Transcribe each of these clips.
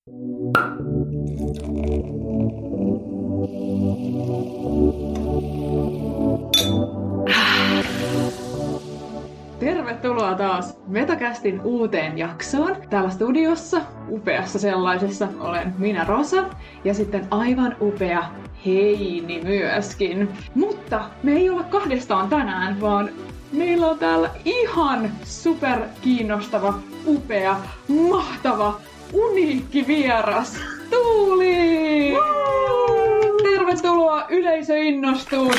Tervetuloa taas Metacastin uuteen jaksoon. Täällä studiossa, upeassa sellaisessa, olen minä Rosa ja sitten aivan upea Heini myöskin. Mutta me ei olla kahdestaan tänään, vaan meillä on täällä ihan super kiinnostava, upea, mahtava, uniikki vieras, Tuuli! Tervetuloa, yleisö innostuu!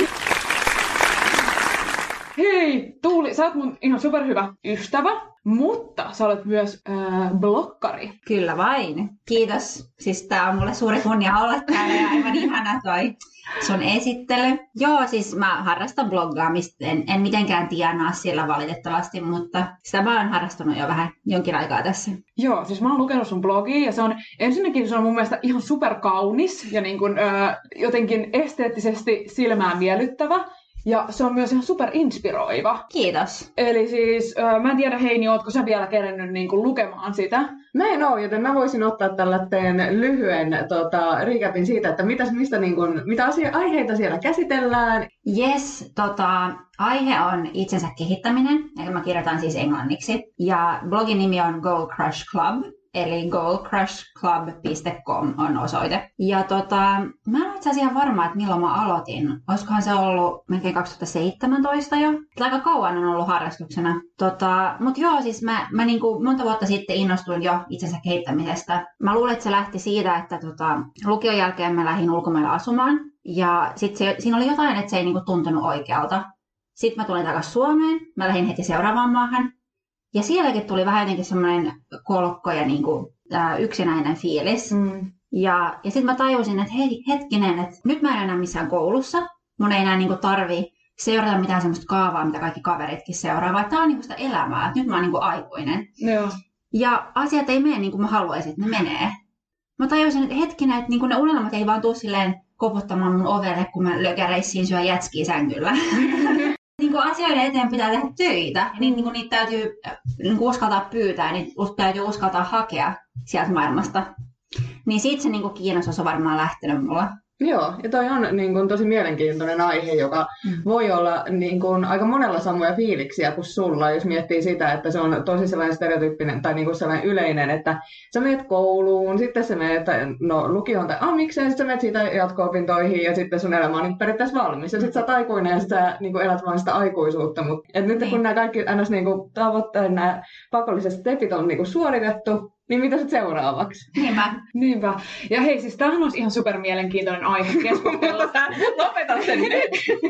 Hei, Tuuli, sä oot mun ihan superhyvä ystävä, mutta sä olet myös blokkari. Kyllä vain. Kiitos. Siis tää on mulle suuri kunnia olla täällä ja aivan ihana toi sun esittely. Joo, siis mä harrastan bloggaamista. En mitenkään tienaa siellä valitettavasti, mutta sitä mä oon harrastanut jo vähän jonkin aikaa tässä. Joo, siis mä oon lukenut sun blogia ja ensinnäkin se on mun mielestä ihan superkaunis ja niin kun, jotenkin esteettisesti silmään miellyttävä. Ja se on myös ihan super inspiroiva. Kiitos. Eli siis, mä en tiedä Heini, ootko sä vielä kerennyt niin lukemaan sitä? Mä en oo, joten mä voisin ottaa tällaisen lyhyen recapin siitä, että mitä aiheita siellä käsitellään. Yes, aihe on itsensä kehittäminen, eli mä kirjoitan siis englanniksi. Ja blogin nimi on Goal Crush Club. Eli goalcrushclub.com on osoite. Ja mä en ole itse asiassa varma, että milloin mä aloitin. Olisikohan se ollut melkein 2017 jo. Aika kauan on ollut harrastuksena. Mut joo, siis mä niinku monta vuotta sitten innostuin jo itsensä kehittämisestä. Mä luulen, että se lähti siitä, että lukion jälkeen mä lähdin ulkomaille asumaan. Ja sitten siinä oli jotain, että se ei niinku tuntunut oikealta. Sitten mä tulin takaisin Suomeen. Mä lähdin heti seuraavaan maahan. Ja sielläkin tuli vähän jotenkin semmoinen kolkko ja niinku, yksinäinen fiilis. Ja sitten mä tajusin, että hetkinen, että nyt mä en enää missään koulussa. Mun ei enää niinku tarvi seurata mitään semmoista kaavaa, mitä kaikki kaveritkin seuraa, vaan tää on niinku sitä elämää, että nyt mä oon niinku aikuinen. Joo. Ja asiat ei mene niin kuin mä haluaisin, että ne menee. Mä tajusin, että hetkinen, että niinku ne unelmat ei vaan tuu silleen koputtamaan mun ovelle, kun mä lökäreissiin syö jätskiä sängyllä. Niin asioiden eteen pitää tehdä töitä, ja niitä täytyy uskaltaa pyytää, niitä täytyy uskaltaa hakea sieltä maailmasta. Niin siitä se kiinnostus on varmaan lähtenyt mulla. Joo, ja toi on tosi mielenkiintoinen aihe, joka voi olla aika monella samoja fiiliksiä kuin sulla, jos miettii sitä, että se on tosi sellainen stereotyyppinen tai sellainen yleinen, että sä menet kouluun, sitten sä menet lukioon tai miksei, sitten sä menet siitä jatko-opintoihin ja sitten sun elämä on periaatteessa valmis. Ja sitten sä oot aikuinen ja sä elät vaan sitä aikuisuutta. Nyt kun nämä kaikki tavoitteet, nämä pakolliset stepit on suoritettu, niin mitä sitten seuraavaksi? Niinpä. Ja hei, siis tämähän olisi ihan super mielenkiintoinen aihe keskustella. Lopeta sen nyt.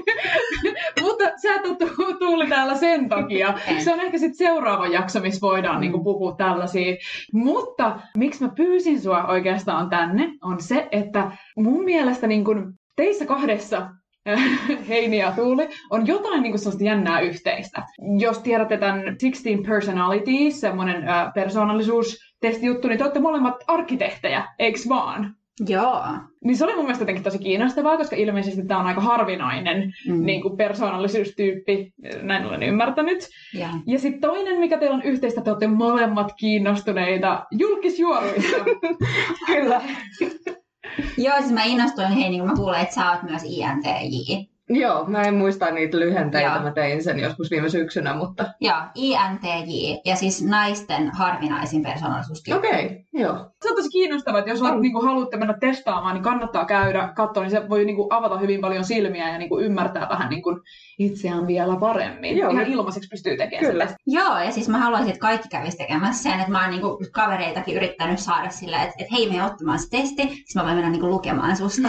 Mutta sä et ole Tuuli täällä sen takia. Se on ehkä sitten seuraava jakso, missä voidaan puhua tällaisia. Mutta miksi mä pyysin sua oikeastaan tänne, on se, että mun mielestä teissä kahdessa, Heini ja Tuuli, on jotain sellaista jännää yhteistä. Jos tiedätte tämän 16 Personalities, semmoinen persoonallisuustestijuttu, niin te olette molemmat arkkitehtejä, eiks vaan? Joo. Niin se oli mun mielestä jotenkin tosi kiinnostavaa, koska ilmeisesti tämä on aika harvinainen persoonallisuustyyppi, näin olen ymmärtänyt. Yeah. Ja sitten toinen, mikä teillä on yhteistä, te olette molemmat kiinnostuneita julkisjuoruista. Kyllä. Joo, siis mä innostuin Heini, kun mä kuulen, että sä oot myös INTJ. Joo, mä en muista niitä lyhenteitä, mä tein sen joskus viime syksynä, mutta... Joo, INTJ ja siis naisten harvinaisin persoonallisuustyyppi. Okei, joo. Se on tosi kiinnostavaa, että jos haluatte mennä testaamaan, niin kannattaa käydä katsoa, niin se voi avata hyvin paljon silmiä ja ymmärtää vähän itseään vielä paremmin. Joo, ihan ilmaiseksi pystyy tekemään kyllä. sitä. Joo, ja siis mä haluaisin, että kaikki kävisi tekemässä sen, että mä oon kavereitakin yrittänyt saada sillä, että hei, me ottamaan se testi, siis mä voin mennä lukemaan susta.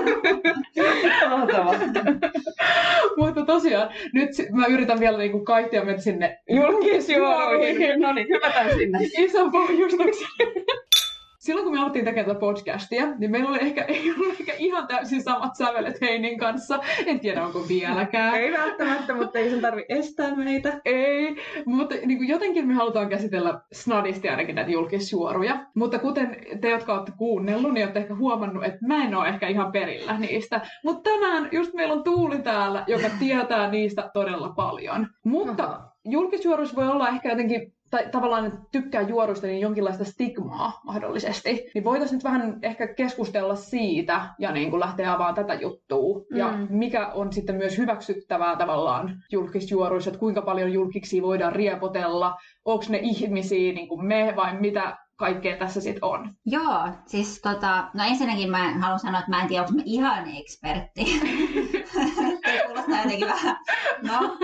Mahtavaa. Mutta tosiaan, nyt mä yritän vielä kaihtia meitä sinne julkisjuoruihin. No niin, hypätään sinne. Ison pohjustuksen. Silloin kun me aloittiin tekemään tätä podcastia, niin meillä oli ei ollut ihan täysin samat sävelet Heinin kanssa. En tiedä, onko vieläkään. Ei välttämättä, mutta ei sen tarvitse estää meitä. Ei, mutta jotenkin me halutaan käsitellä snadisti ainakin näitä julkisjuoruja. Mutta kuten te, jotka olette kuunnellut, niin olette ehkä huomannut, että mä en ole ehkä ihan perillä niistä. Mutta tänään just meillä on Tuuli täällä, joka tietää niistä todella paljon. Mutta julkisjuoruus voi olla ehkä jotenkin tai tavallaan tykkää juoruista, niin jonkinlaista stigmaa mahdollisesti. Niin voitaisiin nyt vähän ehkä keskustella siitä ja niin kuin lähteä avaamaan tätä juttua. Ja mikä on sitten myös hyväksyttävää tavallaan julkisjuoruissa, että kuinka paljon julkiksi voidaan riepotella, onko ne ihmisiä niin kuin me vai mitä kaikkea tässä sitten on. Joo, siis no ensinnäkin mä haluan sanoa, että mä en tiedä, onko mä ihan ekspertti. Kuulostaa jotenkin vähän, no.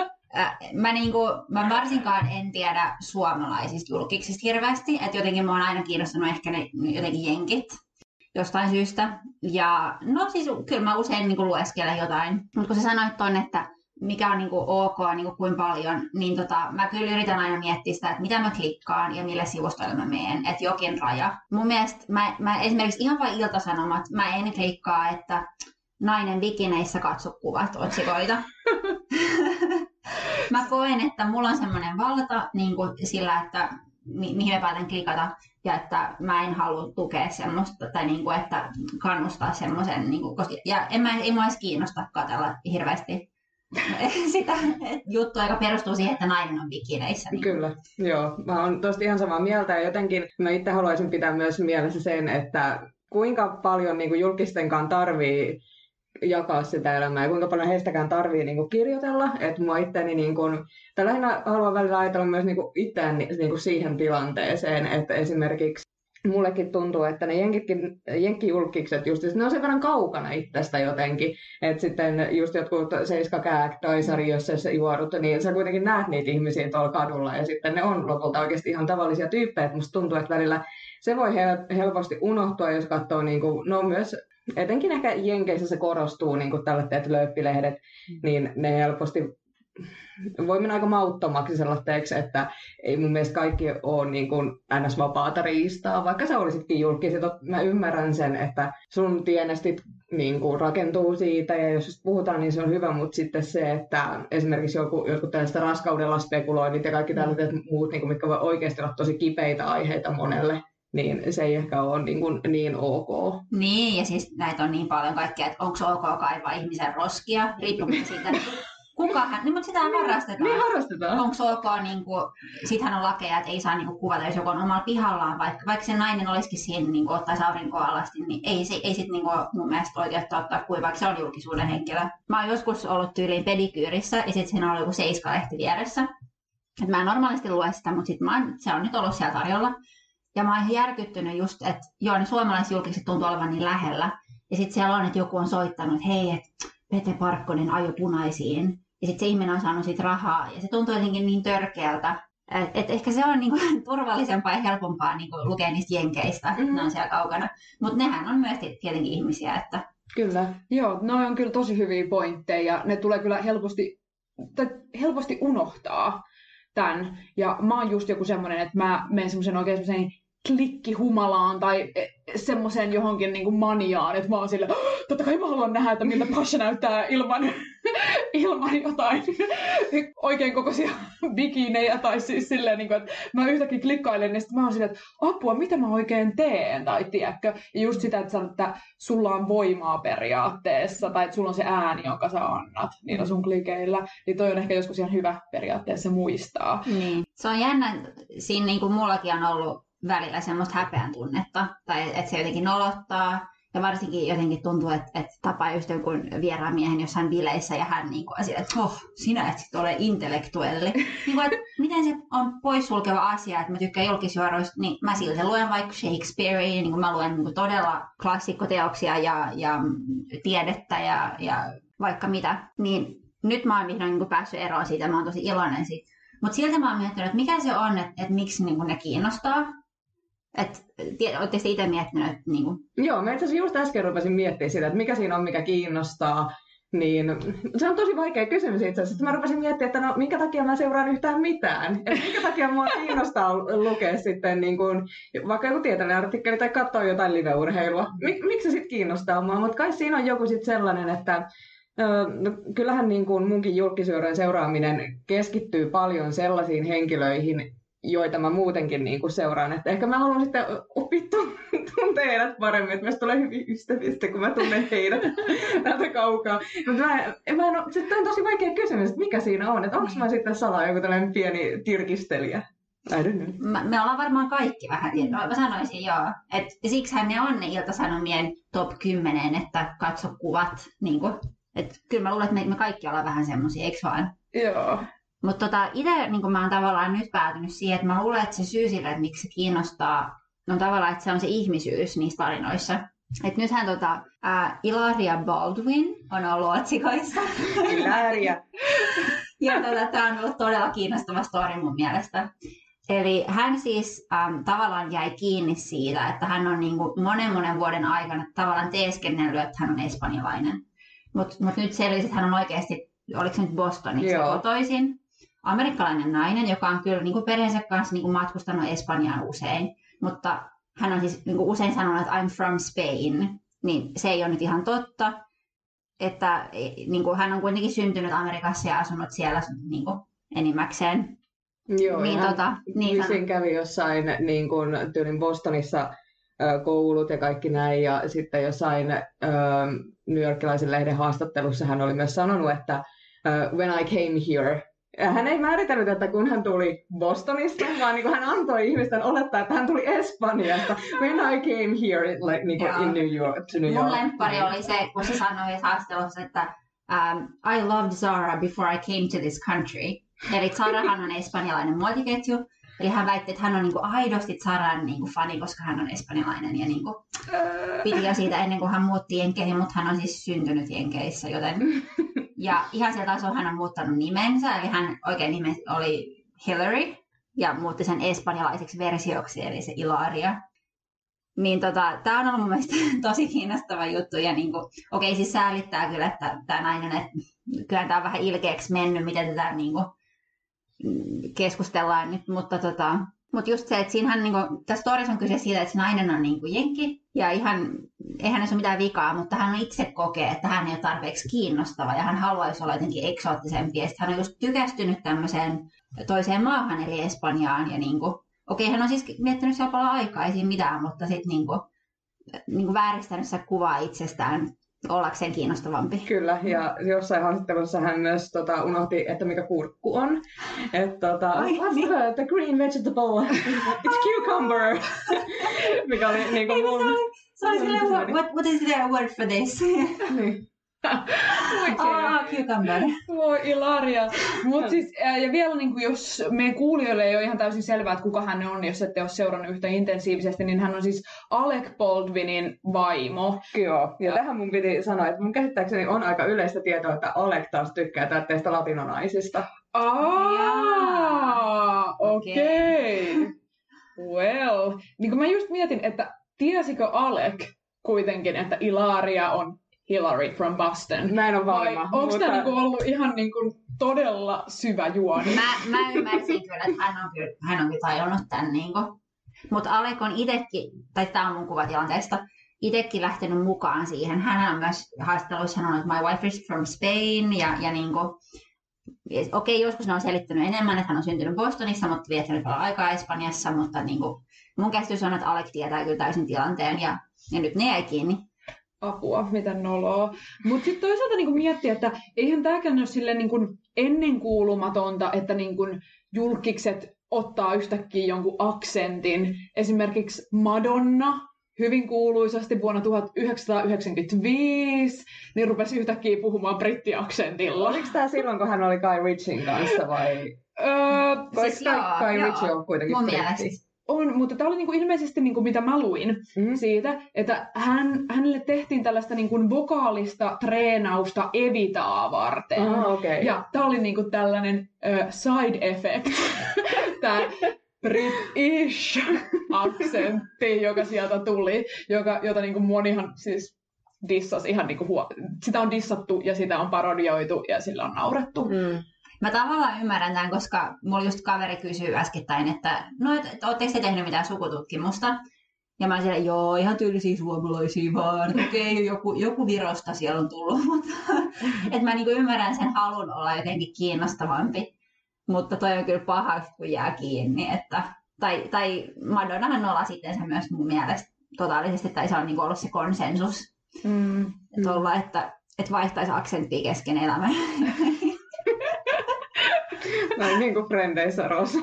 Mä varsinkaan en tiedä suomalaisista julkiksista hirveästi, että jotenkin mä oon aina kiinnostanut ehkä ne jotenkin jenkit jostain syystä. Ja no siis kyllä mä usein lueskelen jotain, mutta kun sä sanoit ton, että mikä on ok, kuin paljon, niin mä kyllä yritän aina miettiä sitä, että mitä mä klikkaan ja mille sivustoille mä menen, että jokin raja. Mun mielestä mä esimerkiksi ihan vain Ilta-Sanomat, mä en klikkaa, että nainen bikineissä katso kuvat otsikoita. Mä koen, että mulla on semmoinen valta niin kuin sillä, että mihin mä päätän klikata ja että mä en halua tukea semmoista tai niin kuin, että kannustaa semmoisen. Niin kuin, koska, ja ei mua edes kiinnosta katsella hirveästi sitä juttua, joka perustuu siihen, että nainen on bikineissä. Niin. Kyllä, joo. Mä oon tosta ihan samaa mieltä ja jotenkin mä itse haluaisin pitää myös mielessä sen, että kuinka paljon niin kuin julkistenkaan tarvii jakaa sitä elämää ja kuinka paljon heistäkään tarvii niinku kirjoitella, että mua itteni tai lähinnä haluan välillä ajatella myös itseäni siihen tilanteeseen, että esimerkiksi mullekin tuntuu, että ne jenkkijulkikset just, ne on sen verran kaukana itsestä jotenkin, että sitten just jotkut 7 Kääk tai sarjoissa juorut, niin sä kuitenkin näet niitä ihmisiä tuolla kadulla ja sitten ne on lopulta oikeasti ihan tavallisia tyyppejä, että musta tuntuu, että välillä se voi helposti unohtua, jos katsoo no myös etenkin ehkä Jenkeissä se korostuu, niin kuin tällaiset lööppilehdet, niin ne helposti voi mennä aika mauttomaksi sellaiseksi, että ei mun mielestä kaikki ole niin kuin ns-vapaata riistaa, vaikka sä olisitkin julkiset. Mä ymmärrän sen, että sun tienestit niin kuin rakentuu siitä, ja jos puhutaan, niin se on hyvä, mutta sitten se, että esimerkiksi jotkut tällaista raskaudella spekuloinnit ja kaikki tällaiset muut, niin kuin, mitkä voi oikeasti olla tosi kipeitä aiheita monelle, niin se ei ehkä ole niin ok. Niin, ja siis näitä on niin paljon kaikkea, että onko ok kaivaa ihmisen roskia, riippumatta siitä, kukahan, niin, mutta sitä harrastetaan. Niin harrastetaan. Onko ok, sittenhän on lakeja, että ei saa kuvata, jos joku on omalla pihallaan, vaikka se nainen olisikin siinä, ottaisi aurinkoa alasti, niin ei sit mun mielestä oikeutta ottaa kuvia, vaikka se on julkisuuden henkilö. Mä oon joskus ollut tyyliin pedikyyrissä, ja sitten siinä oli joku Seiska-lehti vieressä. Et mä en normaalisti lue sitä, mutta se on nyt ollut siellä tarjolla. Ja mä oon ihan järkyttynyt just, että joo, ne suomalaiset julkiset tuntuu olevan niin lähellä. Ja sitten siellä on, että joku on soittanut, että hei, että Pete Parkkonen ajo punaisiin. Ja sitten se ihminen on saanut siitä rahaa. Ja se tuntuu jotenkin niin törkeältä. Että ehkä se on turvallisempaa ja helpompaa lukea niistä jenkeistä, että ne on siellä kaukana. Mutta nehän on myös tietenkin ihmisiä. Että... Kyllä. Joo, noi on kyllä tosi hyviä pointteja. Ja ne tulee kyllä helposti unohtaa tämän. Ja mä oon just joku semmoinen, että mä menen semmoisen oikein semmoisen klikkihumalaan tai semmoiseen johonkin maniaan, että mä oon sille, totta kai mä haluan nähdä, että miltä Pasha näyttää ilman jotain oikein kokoisia bikinejä, tai siis silleen, että mä yhtäkkiä klikkailen, niin sitten mä oon silleen, että apua, mitä mä oikein teen, tai tiedätkö, ja just sitä, että sanot, että sulla on voimaa periaatteessa, tai että sulla on se ääni, jonka sä annat niillä sun klikeillä, niin toi on ehkä joskus ihan hyvä periaatteessa muistaa. Niin. Se on jännä, siinä mullakin on ollut välillä semmoista häpeän tunnetta, tai että se jotenkin nolottaa, ja varsinkin jotenkin tuntuu, että tapaa just jonkun vieraan miehen jossain bileissä, ja hän on sillä, että sinä et sit ole intellektuelli. Miten se on poissulkeva asia, että mä tykkään julkisjuoruista, niin mä silti luen vaikka Shakespearea, niin mä luen todella klassikkoteoksia ja tiedettä ja vaikka mitä, niin nyt mä oon vihdoin päässyt eroon siitä, mä oon tosi iloinen siitä. Mutta silti mä oon miettinyt, että mikä se on, että miksi ne kiinnostaa. Oletteko itse miettinyt? Joo, mä itse asiassa just äsken rupesin miettimään sitä, että mikä siinä on, mikä kiinnostaa. Niin, se on tosi vaikea kysymys itse asiassa. Mä rupesin miettimään, että minkä takia mä seuraan yhtään mitään. Että minkä takia mua kiinnostaa lukea sitten vaikka joku tieteellinen artikkeli tai katsoa jotain live-urheilua. Miksi se sitten kiinnostaa mua? Mutta kai siinä on joku sitten sellainen, että kyllähän munkin julkisuuden seuraaminen keskittyy paljon sellaisiin henkilöihin, joita mä muutenkin seuraan. Että ehkä mä haluan sitten oppia tuntea heidät paremmin, että meistä tulee hyvin ystävistä, kun mä tunnen heidät täältä kaukaa. Mutta sitten on tosi vaikea kysymys, että mikä siinä on, että onko mä sitten salaa joku tällainen pieni tirkistelijä. I don't know. Me ollaan varmaan kaikki vähän, mä sanoisin joo. Siksihän ne on ne Ilta-Sanomien top 10, että katso kuvat. Niin kuin, kyllä mä luulen, että me kaikki ollaan vähän semmosia, eikö vaan? Joo. Mutta itse niin mä oon tavallaan nyt päätynyt siihen, että mä luulen, että se syy sille, että miksi se kiinnostaa, on tavallaan, että se on se ihmisyys niissä tarinoissa. Että nythän Hilaria Baldwin on ollut otsikoissa. Hilaria. Ja tämä on ollut todella kiinnostava story mun mielestä. Eli hän siis tavallaan jäi kiinni siitä, että hän on niinku monen vuoden aikana tavallaan teeskennellyt, että hän on espanjalainen. Mut nyt selvisi, että hän on oikeasti, oliko se nyt Bostonissa kotoisin, amerikkalainen nainen, joka on kyllä niinku perheensä kanssa niinku matkustanut Espanjaan usein. Mutta hän on siis niinku usein sanonut, että I'm from Spain, niin se ei ole nyt ihan totta. Että niinku, hän on kuitenkin syntynyt Amerikassa ja asunut siellä niinku, enimmäkseen. Joo, niin, hän kävi jossain niin kuin, tyylin Bostonissa koulut ja kaikki näin, ja sitten jossain newyorkilaisen lehden haastattelussa hän oli myös sanonut, että when I came here, hän ei määritellyt, että kun hän tuli Bostonista, vaan niin kuin hän antoi ihmisten olettaa, että hän tuli Espanjasta. When I came here, like, niin kuin in New York, to New York. Mun lemppari oli se, kun se sanoi haastattelussa, että I loved Zara before I came to this country. Eli Zarahan on espanjalainen muotiketju. Eli hän väitti, että hän on niinku aidosti Zaran niinku fani, koska hän on espanjalainen. Ja niinku piti jo siitä ennen kuin hän muutti Jenkeihin, mutta hän on siis syntynyt Jenkeissä. Joten... Ja ihan sieltä tasolla hän on muuttanut nimensä. Eli hän oikein nimi oli Hillary. Ja muutti sen espanjalaiseksi versioksi, eli se Hilaria. Niin tämä on ollut mun mielestä tosi kiinnostava juttu. Ja niinku, okei, siis säälittää kyllä, että tämä nainen, että kyllä tämä on vähän ilkeäksi mennyt, miten tätä niinku keskustellaan nyt, mutta just se, että siinähän niinku, tässä storissa on kyse siitä, että se nainen on niinku jenkki ja eihän se ole mitään vikaa, mutta hän itse kokee, että hän ei ole tarpeeksi kiinnostava ja hän haluaisi olla jotenkin eksoottisempi ja hän on just tykästynyt tämmöiseen toiseen maahan eli Espanjaan ja niinku, okei, hän on siis miettinyt siellä paljon aikaa, ei siinä mitään, mutta sitten niinku vääristänyt sitä kuvaa itsestään ollakseen kiinnostavampi. Kyllä, ja jossain haastattelussa hän myös unohti, että mikä kurkku on. Että the green vegetable, it's cucumber. Mikä oli niinku mun... Se oli silleen, what is the word for this? Niin. Cucumber. Voi Hilaria. Mut siis, ja vielä niinku, jos meidän kuulijoille ei ole ihan täysin selvää, että kuka hän on, jos ette ole seurannut yhtä intensiivisesti, niin hän on siis Alec Baldwinin vaimo. Joo, ja tähän mun piti sanoa, että mun käsittääkseni on aika yleistä tietoa, että Alec taas tykkää täytteistä latinonaisista. Okei. Well, niin kuin mä just mietin, että tiesikö Alec kuitenkin, että Hilaria on Hillary from Boston? Mä en ole varma. Onko tämä niinku ollut ihan niinku todella syvä juoni? Mä ymmärsin kyllä, että hän on kyllä tajunnut tämän. Niinku. Mutta Alec on itsekin, tai tämä on mun kuvatilanteesta, itsekin lähtenyt mukaan siihen. Hän on myös haastatteluissa sanonut, että my wife is from Spain. Ja niinku, okei, joskus ne on selittänyt enemmän, että hän on syntynyt Bostonissa, mutta viettänyt paljon aikaa Espanjassa. Mutta niinku, mun käsitys on, että Alec tietää kyllä täysin tilanteen ja nyt ne jäi kiinni. Apua, mitä noloa. Mutta sitten toisaalta niinku miettiä, että eihän tämäkään ole silleen niinku ennenkuulumatonta, että niinku julkikset ottaa yhtäkkiä jonkun aksentin. Esimerkiksi Madonna hyvin kuuluisasti vuonna 1995 niin rupesi yhtäkkiä puhumaan brittiaksentilla. Oliko tämä silloin, kun hän oli Guy Ritchien kanssa vai? Siis Guy Ritchie on kuitenkin britti. On, mutta tämä oli niinku ilmeisesti, niinku, mitä mä luin siitä, että hänelle tehtiin tällaista niinku vokaalista treenausta Evitaa varten. Okay. Ja tämä oli niinku tällainen side effect, tämä British aksentti, joka sieltä tuli, jota niinku monihan siis dissasi ihan niinku sitä on dissattu ja sitä on parodioitu ja sillä on naurettu. Mä tavallaan ymmärrän tämän, koska mulla just kaveri kysyy äskettäin, että no, ootteko te tehnyt mitään sukututkimusta? Ja mä oon siellä, joo, ihan tyylisiä suomalaisia vaan, okei, joku Virosta siellä on tullut, mutta että mä niinku ymmärrän sen halun olla jotenkin kiinnostavampi. Mutta toi on kyllä paha, kun jää kiinni, että, tai Madonnahan nolla sitten se myös mun mielestä totaalisesti, tai se on niinku ollut se konsensus, että vaihtaisi aksenttia kesken elämän. Näin niin kuin Frendeissä Ross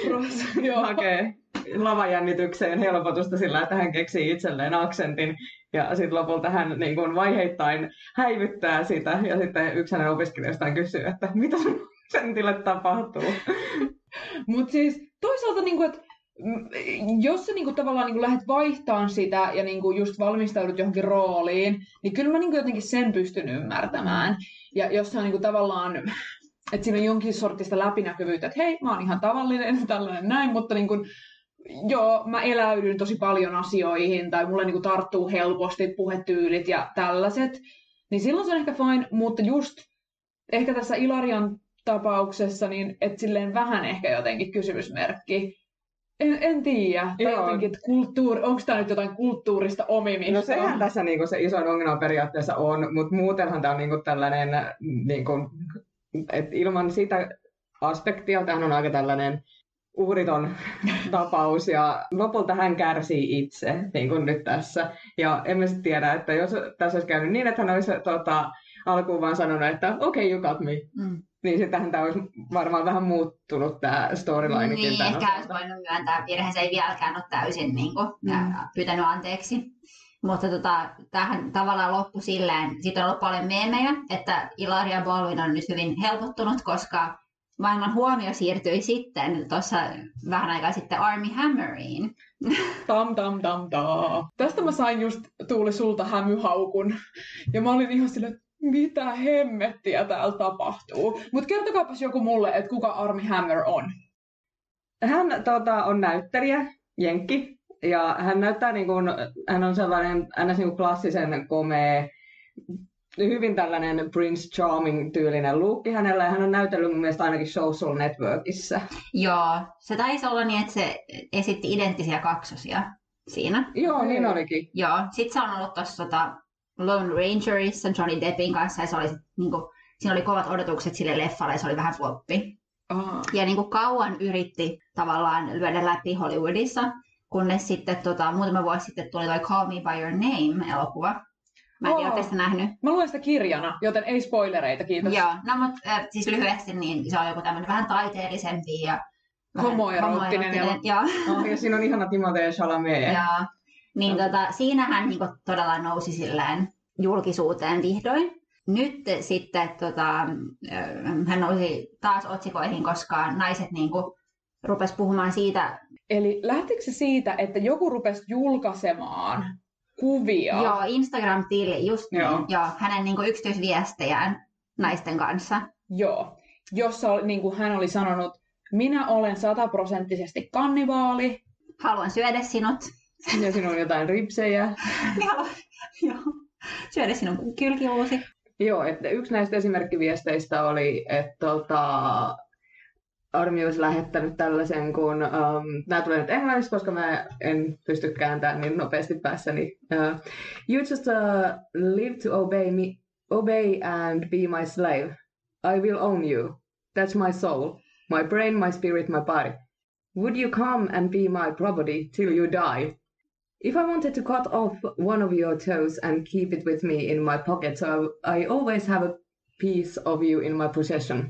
hakee lavajännitykseen helpotusta sillä, että hän keksii itselleen aksentin. Ja sitten lopulta hän niin kuin vaiheittain häivyttää sitä. Ja sitten yksi hänen opiskelijoistaan kysyy, että mitä sun aksentille tapahtuu. Mutta siis toisaalta, niinku, että jos sä niinku, tavallaan niinku, lähdet vaihtamaan sitä ja niinku, just valmistaudut johonkin rooliin, niin kyllä mä niinku, jotenkin sen pystyn ymmärtämään. Ja jos se on niinku, tavallaan, että siinä on jonkin sortista läpinäkyvyyttä, että hei, mä oon ihan tavallinen, tällainen näin, mutta niinku, joo, mä eläydyn tosi paljon asioihin, tai mulle niinku, tarttuu helposti puhetyylit ja tällaiset, niin silloin se on ehkä fine, mutta just ehkä tässä Ilarian tapauksessa, niin että silleen vähän ehkä jotenkin kysymysmerkki. En tiedä. Tai jotenkin, että onko tämä nyt jotain kulttuurista omimista? No sehän tässä niinku se isoin ongelma periaatteessa on, mutta muutenhan tämä on niinku tällainen, niinku, että ilman sitä aspektia, tämähän on aika tällainen uhriton tapaus ja lopulta hän kärsii itse, niin kuin nyt tässä. Ja emme sitten tiedä, että jos tässä olisi käynyt niin, että hän olisi alkuun vaan sanonut, että okay, you got me. Niin sittenhän tämä olisi varmaan vähän muuttunut tämä storylinekin. Niin, ehkä olisi voinut myöntää virheensä, ei vieläkään ole täysin niin kuin, pyytänyt anteeksi. Mutta tämähän tavallaan loppui silleen, siitä on ollut paljon meemejä, että Hilaria Baldwin on nyt hyvin helpottunut, koska maailman huomio siirtyi sitten tuossa vähän aikaa sitten Armie Hammeriin. Tam. Tästä mä sain just Tuuli sulta hämyhaukun. Ja mä olin ihan silleen, mitä hemmettiä täällä tapahtuu. Mutta kertokaapas joku mulle, että kuka Armie Hammer on. Hän on näyttelijä, jenkki. Ja hän näyttää niin kuin, hän on sellainen niin kuin klassisen komea, hyvin tällainen Prince Charming-tyylinen luukki hänellä. Ja hän on näytellyt mun mielestä ainakin Social Networkissa. Joo, se taisi olla niin, että se esitti identtisiä kaksosia siinä. Joo, niin olikin. Joo, sit se on ollut tuossa Lone Rangerissa Johnny Deppin kanssa ja se oli niinku, siinä oli kovat odotukset sille leffalle ja se oli vähän floppi. Ja niinku kauan yritti tavallaan lyödä läpi Hollywoodissa, kunnes sitten muutama vuosi sitten tuli toi Call Me By Your Name-elokuva. Mä en tiedä, ootte sitä nähnyt. Mä luen sitä kirjana, joten ei spoilereita, kiitos. Joo, no mutta siis lyhyesti niin se on joku tämmöinen vähän taiteellisempi ja homoeroottinen. Ja siinä on ihana Timothée Chalamet. Joo. Niin siinä hän niin todella nousi silleen julkisuuteen vihdoin. Nyt sitten hän nousi taas otsikoihin, koska naiset niin rupesi puhumaan siitä. Eli lähtikö se siitä, että joku rupesi julkaisemaan kuvia? Joo, Instagram-tili, just niin. Joo, hänen niin yksityisviestejään naisten kanssa. Joo, jossa niin hän oli sanonut, minä olen 100% kannibaali. Haluan syödä sinut. Ja siinä on jotain ripsejä. Joo. Syödä sinun kylkiluusi. Joo, että yksi näistä esimerkkiviesteistä oli, että Armie olisi lähettänyt tällaisen, kun nämä tulee nyt englanniksi, koska mä en pysty kääntämään niin nopeasti päässäni. You just live to obey and be my slave. I will own you. That's my soul. My brain, my spirit, my body. Would you come and be my property till you die? If I wanted to cut off one of your toes and keep it with me in my pocket, so I always have a piece of you in my possession.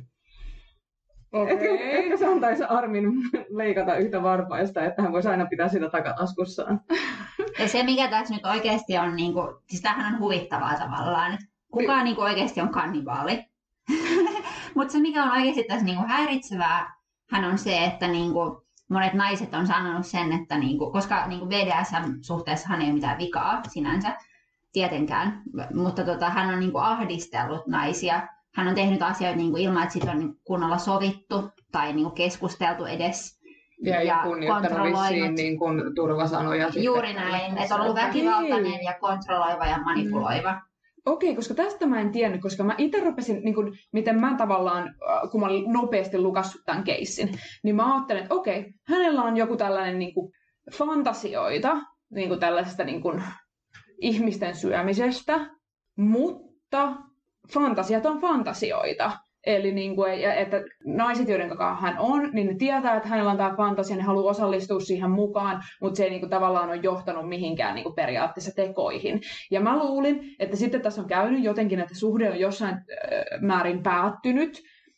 Ehkä se antaisi Armin leikata yhtä varpaista, että hän voisi aina pitää sitä takataskussaan. Ja se, mikä tässä nyt oikeasti on, siis tämähän on huvittavaa tavallaan, kuka oikeasti on kannibaali. Mutta se, mikä on oikeasti tässä häiritsevää, hän on se, että monet naiset on sanonut sen, että koska BDSM-suhteessahan ei ole mitään vikaa sinänsä, tietenkään, mutta hän on ahdistellut naisia. Hän on tehnyt asioita ilman, että siitä on kunnolla sovittu tai keskusteltu edes. Ja kunnioittanut vissiin turvasanoja. Juuri näin, että on ollut väkivaltainen ja kontrolloiva ja manipuloiva. Okei, koska tästä mä en tiennyt, koska mä itse rupesin, miten mä tavallaan, kun mä olin nopeasti lukassut tämän keissin, niin mä ajattelin, että okei, hänellä on joku tällainen fantasioita, tällaisesta ihmisten syömisestä, mutta fantasiat on fantasioita. Eli että naiset, joiden kanssa hän on, niin ne tietää, että hänellä on tämä fantasia, ne haluaa osallistua siihen mukaan, mutta se ei tavallaan ole johtanut mihinkään periaatteessa tekoihin. Ja mä luulin, että sitten tässä on käynyt jotenkin, että suhde on jossain määrin päättynyt,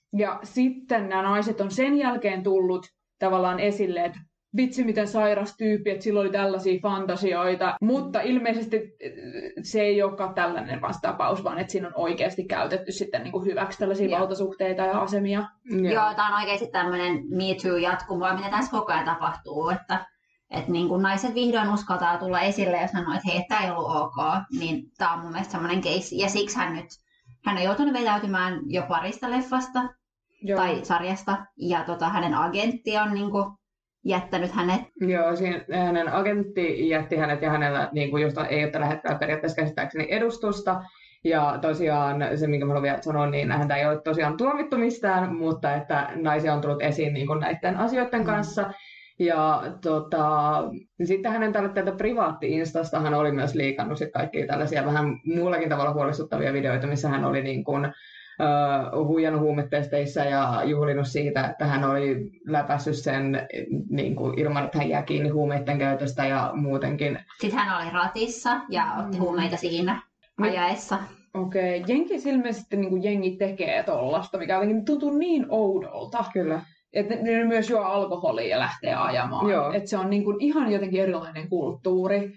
Ja sitten nämä naiset on sen jälkeen tullut tavallaan esille, että vitsi miten sairas tyyppi, että sillä oli tällaisia fantasioita, mutta ilmeisesti se ei olekaan tällainen vastapaus, vaan että siinä on oikeasti käytetty sitten niin kuin hyväksi tällaisia valtasuhteita ja asemia. Joo, tämä on oikeasti tämmöinen Me Too-jatkumo, mitä tässä koko ajan tapahtuu, että niin kun naiset vihdoin uskaltaa tulla esille ja sanoa, että hei, tämä ei ollut ok, niin tämä on mun mielestä semmoinen case. Ja siksi hän on joutunut vetäytymään jo parista leffasta tai sarjasta, ja hänen agentti on niin kuin jättänyt hänet. Joo, siinä hänen agentti jätti hänet ja hänellä niin kuin just ei ole tällä hetkellä periaatteessa käsittääkseni edustusta. Ja tosiaan se, minkä mä haluan vielä sanoa, niin häntä ei ole tosiaan tuomittu mistään, mutta että naisia on tullut esiin niin kuin näiden asioiden kanssa. Ja sitten hänen täältä privaatti-instastahan oli myös liikannut sit kaikkia tällaisia vähän muullakin tavalla huolestuttavia videoita, missä hän oli niin kuin huijannut huumetesteissä ja juhlinut siitä, että hän oli läpässyt sen niin kuin, ilman, että hän jää kiinni huumeiden käytöstä ja muutenkin. Sitten hän oli ratissa ja otti huumeita siinä ajaessa. Okei. Jenkeissä ilmeisesti niin kuin jengi tekee tollasta, mikä jotenkin tuntuu niin oudolta. Kyllä. Että ne myös juo alkoholia ja lähtee ajamaan. Että se on niin kuin ihan jotenkin erilainen kulttuuri.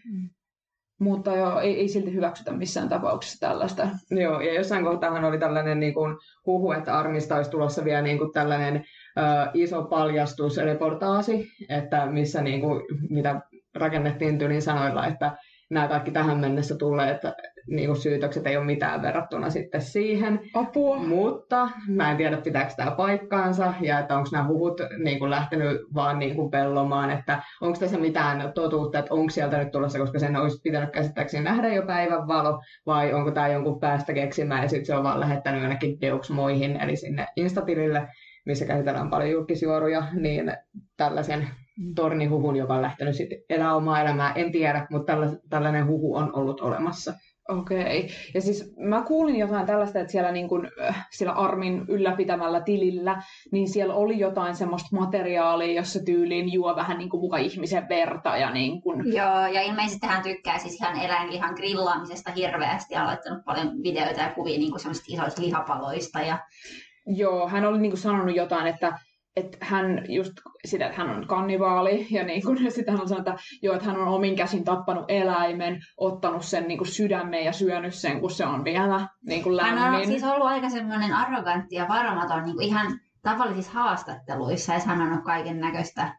Mutta ei silti hyväksytä missään tapauksessa tällaista. Joo, ja jossain kohtaan oli tällainen niin kuin huhu, että Armista olisi tulossa vielä niin kuin tällainen iso paljastusreportaasi, että missä niin kuin, mitä rakennettiin tyylin sanoilla, että nämä kaikki tähän mennessä tulleet niin kuin syytökset ei ole mitään verrattuna sitten siihen. Apua. Mutta mä en tiedä, pitääkö tämä paikkaansa ja että onko nämä huhut niin kuin lähtenyt vaan niin kuin pellomaan, että onko tässä mitään totuutta, että onko sieltä nyt tulossa, koska sen olisi pitänyt käsittääkseni nähdä jo päivänvalo, vai onko tämä jonkun päästä keksimään ja sitten se on vaan lähettänyt jonnekin Deux-moihin, eli sinne Instatilille, missä käsitellään paljon julkisjuoruja, niin tällaisen tornihuhun, joka on lähtenyt sitten elää omaa elämää. En tiedä, mutta tällainen huhu on ollut olemassa. Okei. Ja siis mä kuulin jotain tällaista, että siellä, niin kun, siellä Armin ylläpitämällä tilillä, niin siellä oli jotain semmoista materiaalia, jossa tyyliin juo vähän niin kuin muka ihmisen verta. Ja niin kun... Joo, ja ilmeisesti hän tykkää siis ihan eläinlihan grillaamisesta hirveästi ja on laittanut paljon videoita ja kuvia niin kuin semmoista isoista lihapaloista. Ja... Joo, hän oli niin kuin sanonut jotain, että hän just sitä, että hän on kannibaali, ja niin kuin, sitten hän on sanonut, että hän on omin käsin tappanut eläimen, ottanut sen niin kuin sydämeen ja syönyt sen, kun se on vielä niin kuin lämmin. Hän on siis ollut aika semmoinen arrogantti ja varomaton niin kuin ihan tavallisissa haastatteluissa, ja hän on ollut kaiken näköistä.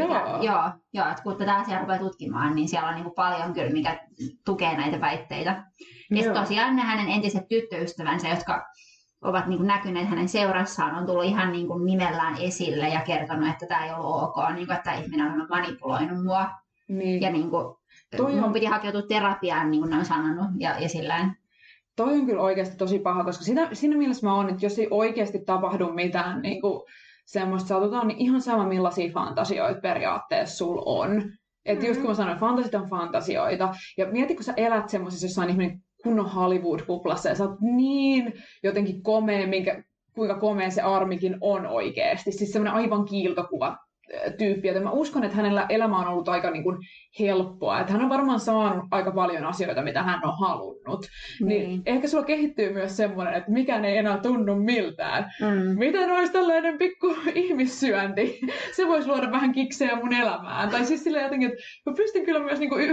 Joo, että kun tätä asiaa rupeaa tutkimaan, niin siellä on niin kuin paljon kyllä, mikä tukee näitä väitteita. Ja sitten tosiaan ne hänen entiset tyttöystävänsä, jotka ovat niin kuin näkyneet hänen seurassaan, on tullut ihan niin kuin nimellään esille ja kertonut, että tämä ei ollut ok, niin kuin, että tämä ihminen on manipuloinut mua. Niin. Ja niin kuin, mun piti hakeutua terapiaan, niin kuin ne on sanonut, ja sillään. Toi on kyllä oikeasti tosi paha, koska siinä mielessä mä oon, että jos ei oikeasti tapahdu mitään niin kuin semmoista satutaan, niin ihan sama millaisia fantasioita periaatteessa sulla on. Että just kun mä sanoin, fantasit on fantasioita. Ja mieti, kun sä elät semmoisessa jossain ihminen kunnon Hollywood-kuplassa ja sä oot niin jotenkin komea, kuinka komea se Armikin on oikeasti. Siis semmoinen aivan kiiltokuva tyyppi, joten mä uskon, että hänellä elämä on ollut aika niin kuin helppoa. Että hän on varmaan saanut aika paljon asioita, mitä hän on halunnut. Niin ehkä sulla kehittyy myös semmoinen, että mikään ei enää tunnu miltään. Miten olisi tällainen pikku ihmissyönti? Se voisi luoda vähän kiksejä mun elämään. Tai siis sillä jotenkin, että mä pystyn kyllä myös niinku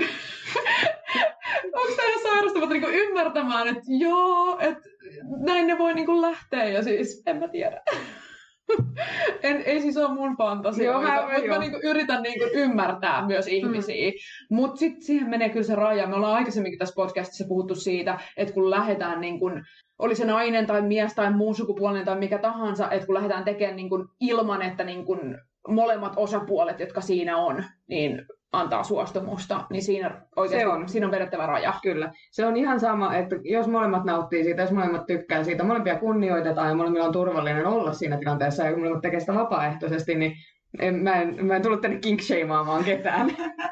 onko tämä ihan sairasta, mutta niinku ymmärtämään, että joo, että näin ne voi niinku lähteä ja siis en mä tiedä. Ei siis ole mun fantasioita, mutta mä niinku yritän niinku ymmärtää myös ihmisiä. Mutta sitten siihen menee kyllä se raja. Me ollaan aikaisemminkin tässä podcastissa puhuttu siitä, että kun lähdetään, niinku, oli se nainen tai mies tai muun sukupuolinen tai mikä tahansa, että kun lähdetään tekemään niinku, ilman, että niinku, molemmat osapuolet, jotka siinä on, niin antaa suostumusta, niin siinä oikeasti siinä on vedettävä raja. Kyllä. Se on ihan sama, että jos molemmat nauttii siitä, jos molemmat tykkää siitä, molempia kunnioitetaan ja molemmilla on turvallinen olla siinä tilanteessa ja kun molemmat tekee sitä vapaaehtoisesti, niin mä en tullut tänne kink-shameaamaan ketään.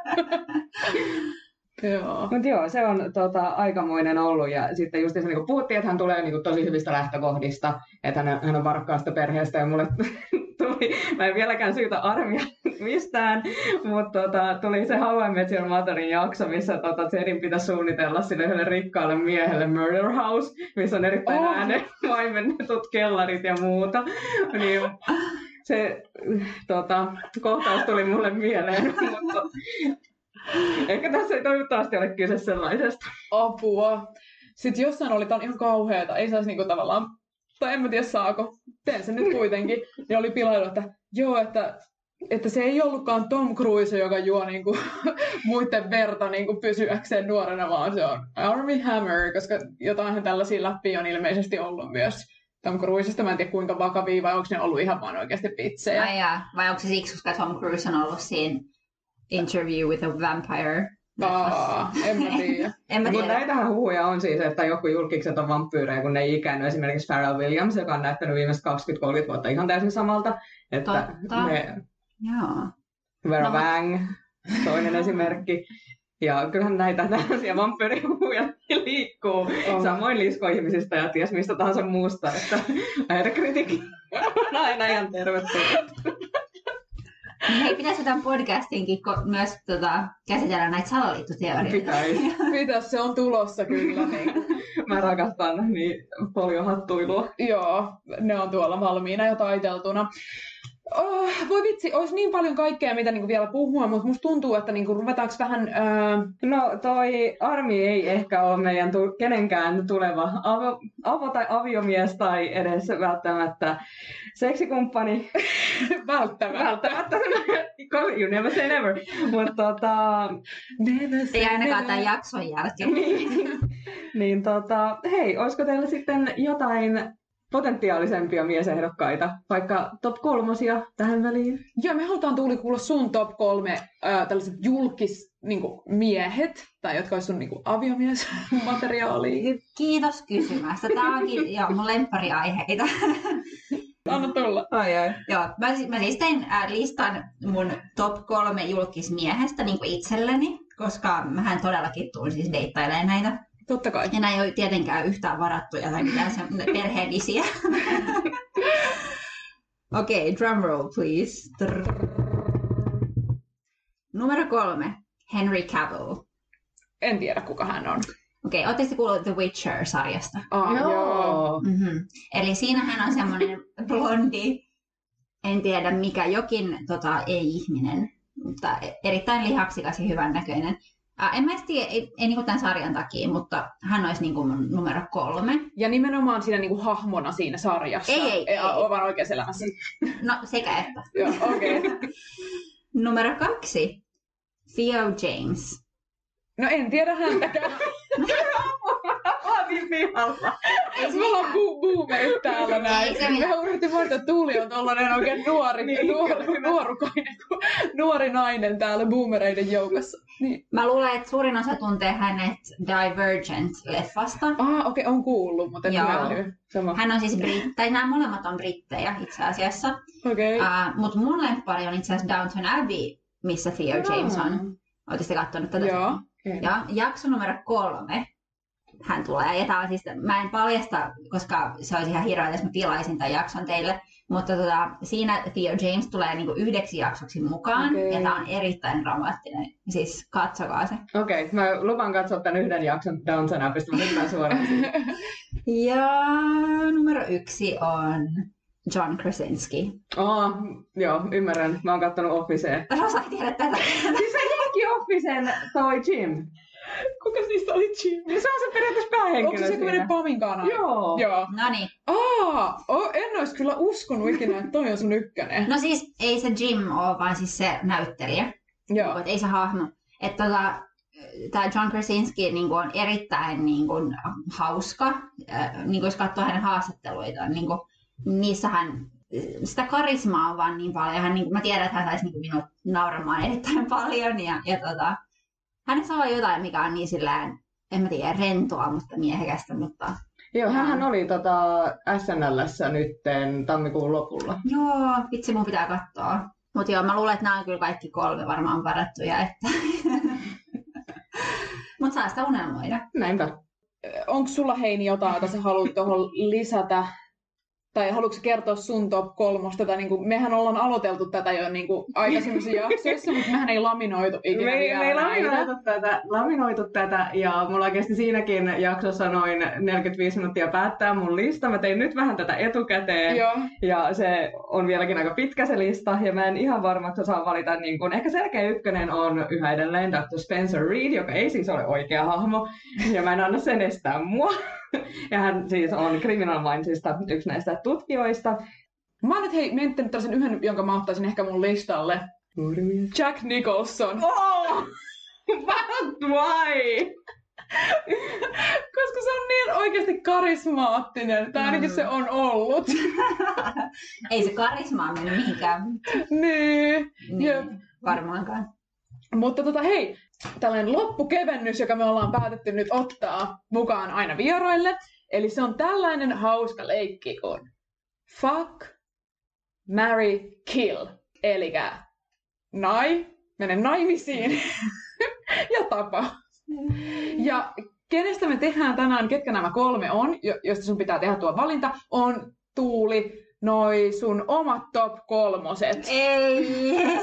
Mutta joo, se on aikamoinen ollut ja sitten just niin kuin puhuttiin, että hän tulee niin kuin tosi hyvistä lähtökohdista, että hän on varakkaasta perheestä ja mulle tuli, mä en vieläkään syytä Armia mistään, mutta tuli se How I Met Your Motherin jakso, missä Jedin pitäisi suunnitella sille yhdelle rikkaalle miehelle Murder House, missä on erittäin vaimennetut kellarit ja muuta. Niin, se kohtaus tuli mulle mieleen, mutta ehkä tässä ei toivottavasti ole kyse sellaisesta. Apua. Sitten jossain oli, tää on ihan kauheata, ei saisi niinku tavallaan, tai en mä tiedä saako, teen sen nyt kuitenkin, niin oli pilailu, että joo, että se ei ollutkaan Tom Cruise, joka juo niinku muiden verta niinku pysyäkseen nuorena, vaan se on Armie Hammer, koska jotain tällaisia läppiä on ilmeisesti ollut myös Tom Cruisesta. Mä en tiedä kuinka vakavia, vai onko ne ollut ihan vaan oikeasti pitsejä. Vai onko se siksi, koska Tom Cruise on ollut siinä Interview with a Vampire? En mä tiedä. Mutta näitähän huhuja on siis, että joku julkikset on vampyyrejä, kun ne ei ikäänny. Esimerkiksi Pharrell Williams, joka on näyttänyt viimeiset 20-30 vuotta ihan täysin samalta. Että Vera Wang, toinen esimerkki. Ja kyllähän näitä tällaisia vampyyrihuhuja liikkuu. Samoin liskoihmisistä ja ties mistä tahansa muusta. Että äärikritikki on aina ihan tervetullut. Hei, pitäisi tämän podcastinkin myös käsitellä näitä salaliittoteorioita. Pitäisi, se on tulossa kyllä. Niin. Mä rakastan niin paljon hattuilua. Joo, ne on tuolla valmiina ja taiteltuna. Voi vitsi, olisi niin paljon kaikkea, mitä niinku vielä puhua, mutta musta tuntuu, että niinku ruvetaanko vähän... No toi Armi ei ehkä ole meidän kenenkään tuleva avo tai aviomies tai edes välttämättä seksikumppani. Välttämättä. You never say never. Mutta ei ainakaan tämän jakson jälkeen. niin hei, olisiko teillä sitten jotain potentiaalisempia miesehdokkaita, vaikka top 3 tähän väliin? Joo, me halutaan Tuuli kuulla sun top 3 tällaiset julkismiehet, tai jotka olisi sun aviomiesmateriaalia. Kiitos kysymästä. Tämä onkin mun lemppariaiheita. Anna tulla. Ai. Joo, mä siis tein listan mun top 3 julkismiehestä itselleni, koska mähän todellakin tuun siis deittailemaan näitä. Totta kai. Ja nämä ei ole tietenkään yhtään varattuja tai mitään perheellisiä. Okei, drum roll please. Numero 3, Henry Cavill. En tiedä kuka hän on. Okei, ootteko kuullut The Witcher-sarjasta? Joo. Mm-hmm. Eli siinä hän on semmoinen blondi, en tiedä mikä, jokin ei-ihminen, mutta erittäin lihaksikas ja hyvännäköinen. En mä tiedä, ei niinku tämän sarjan takia, mutta hän olisi niinku mun numero 3. Ja nimenomaan siinä niinku hahmona siinä sarjassa? Ei. Vaan oikeassa elämässä? No sekä että. Joo, okei. Numero 2, Theo James. No en tiedä häntäkään. Me ollaan boomerit täällä näin. Me unohti mainita, että Tuuli on tollanen oikein nuori nainen täällä boomereiden joukossa. Niin. Mä luulen, että suurin osa tuntee hänet Divergent-leffasta. Okei, on kuullut, mutta en nähnyt. Hän on siis tai nämä molemmat on brittejä itse asiassa. Okei. Mutta mun lemppari on itse asiassa Downton Abbey, missä Theo James on. Ootte katsonut tätä? Joo. Ja jakso numero 3 hän tulee. Ja tää on siis, mä en paljasta, koska se olisi ihan hirveä, jos mä pilaisin tämän jakson teille. Mutta siinä Theo James tulee niinku 9 jaksoksi mukaan. Okay. Ja tää on erittäin dramaattinen. Siis katsokaa se. Okei, mä lupaan katsoa tämän yhden jakson Downton Abbeystä, mä nyt suoraan siihen. Ja numero 1 on John Krasinski. Joo, ymmärrän. Mä oon kattonut Officea. Rosa ei tiedä tätä. Siis se teki Officen toi Jim. Kuka niistä oli Jim? Ja se on se periaatteessa päähenkilö. Onko se se menee Pamin kanaan? Joo. Noniin. En olisi kyllä uskonut ikinä, että toi on sun ykkönen. No siis ei se Jim ole, vaan siis se näyttelijä. Joo. Ei se hahmo. Että tämä John Krasinski niin on erittäin niin kuin, hauska. Niin jos katsoo hänen haastatteluitaan, niin niissähän sitä karismaa on vaan niin paljon. Hän, niin, mä tiedän, että hän saisi niin minut nauramaan erittäin paljon. Ja hänessä on jotain, mikä on niin sillään, en mä tiedä, rentoa, mutta miehekästä. Mutta joo, hän oli SNL:ssä nytten tammikuun lopulla. Joo, vitsi mun pitää katsoa. Mutta joo, mä luulen, että nämä on kyllä kaikki 3 varmaan varattuja. Että mutta saa sitä unelmoida. Näinpä. Onko sulla Heini jotain, jota sä haluat tuohon lisätä? tai haluatko kertoa sun top 3? Tai niin kuin, mehän ollaan aloiteltu tätä jo niin kuin aikaisemmissa jaksoissa, mutta mehän ei laminoitu ikinä vielä Me ei näitä. laminoitu tätä, ja mulla kesti siinäkin jaksossa noin 45 minuuttia päättää mun lista. Mä tein nyt vähän tätä etukäteen, Joo. ja se on vieläkin aika pitkä se lista, ja mä en ihan varmaksi osaa valita. Niin kun, ehkä selkeä ykkönen on yhä edelleen Dr. Spencer Reid, joka ei siis ole oikea hahmo, ja mä en anna sen estää mua. Ja hän siis on Criminal Mindsista yksi näistä tutkijoista. Mä oon nyt miettinyt tällaisen yhden, jonka mä ottaisin ehkä mun listalle. Jack Nicholson. Oh! But why? Koska se on niin oikeasti karismaattinen. Tai ainakin se on ollut. Ei se karisma ole mennyt mihinkään. Niin. Niin, varmaankaan. Mutta hei, tällainen loppukevennys, joka me ollaan päätetty nyt ottaa mukaan aina vieraille. Eli se on tällainen hauska leikki kuin Fuck, Marry, Kill. Elikkä mene naimisiin ja tapa. Ja kenestä me tehdään tänään, ketkä nämä 3 on, josta sun pitää tehdä tuo valinta, on Tuuli, sun omat top 3. Ei!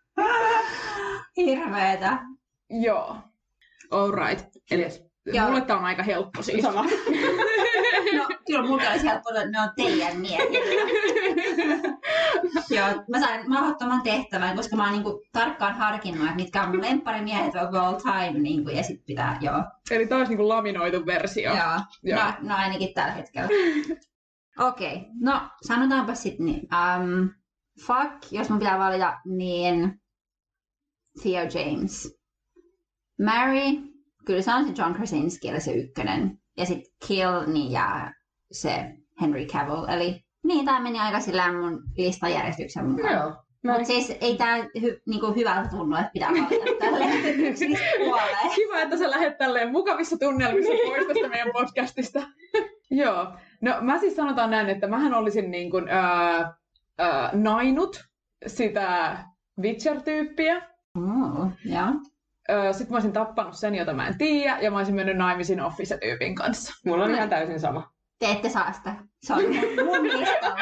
Hirveetä. Joo. Alright. Eli mulle tää on aika helppo siis. Sama. No, kyllä mulla olisi helppo, että ne on teidän miehillä. Joo, mä sain mahdottoman tehtävän, koska mä oon niinku tarkkaan harkinnut, että mitkä on mun lempparimiehet of all time, niinku, ja sit pitää, joo. Eli tää olisi niinku laminoitu versio. Joo. No ainakin tällä hetkellä. Okei, no sanotaanpa sit niin. Fuck, jos mun pitää valita, niin Theo James. Marry, kyllä se on se John Krasinski, se ykkönen. Ja sitten Kill, niin jää se Henry Cavill. Eli niin, tää meni aika sillä mun listajärjestyksen mukaan. Joo. Mutta siis ei tää niinku hyvältä tunnu, että pitää valita tälleen yksistä puoleen. Kiva, että sä lähdet tälleen mukavissa tunnelmissa pois tästä meidän podcastista. Joo. No mä siis sanotaan näin, että mähän olisin niin kuin, nainut sitä Witcher-tyyppiä. Joo. Sitten mä olisin tappanut sen, jota mä en tiedä, ja mä olisin mennyt naimisiin Office-tyypin kanssa. Mulla on ihan täysin sama. Te ette saa sitä. Se on mun listalla.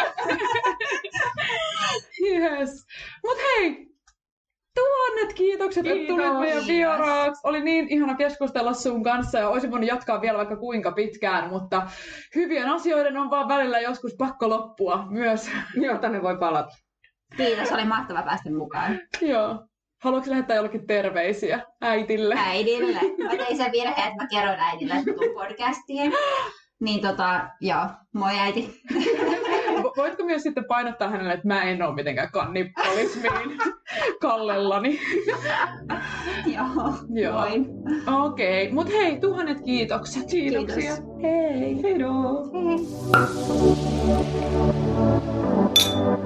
Yes. Mut hei, 1000 kiitokset, että tulit meidän vieraaksi. Oli niin ihana keskustella sun kanssa ja olisin voinut jatkaa vielä vaikka kuinka pitkään, mutta hyvien asioiden on vaan välillä joskus pakko loppua myös. Joo, tänne voi palata. Kiitos, oli mahtava päästä mukaan. Joo. Haluatko lähettää jollekin terveisiä äitille? Äidille. Mä tein sen virheen, että mä kerron äidille, että tuun podcastiin. Niin joo, moi äiti. Voitko myös sitten painottaa hänelle, että mä en ole mitenkään kannibalismiin kallellani? Joo, voin. Okei, mut hei, 1000 kiitokset. Kiitoksia. Hei. Heidoo. Hei.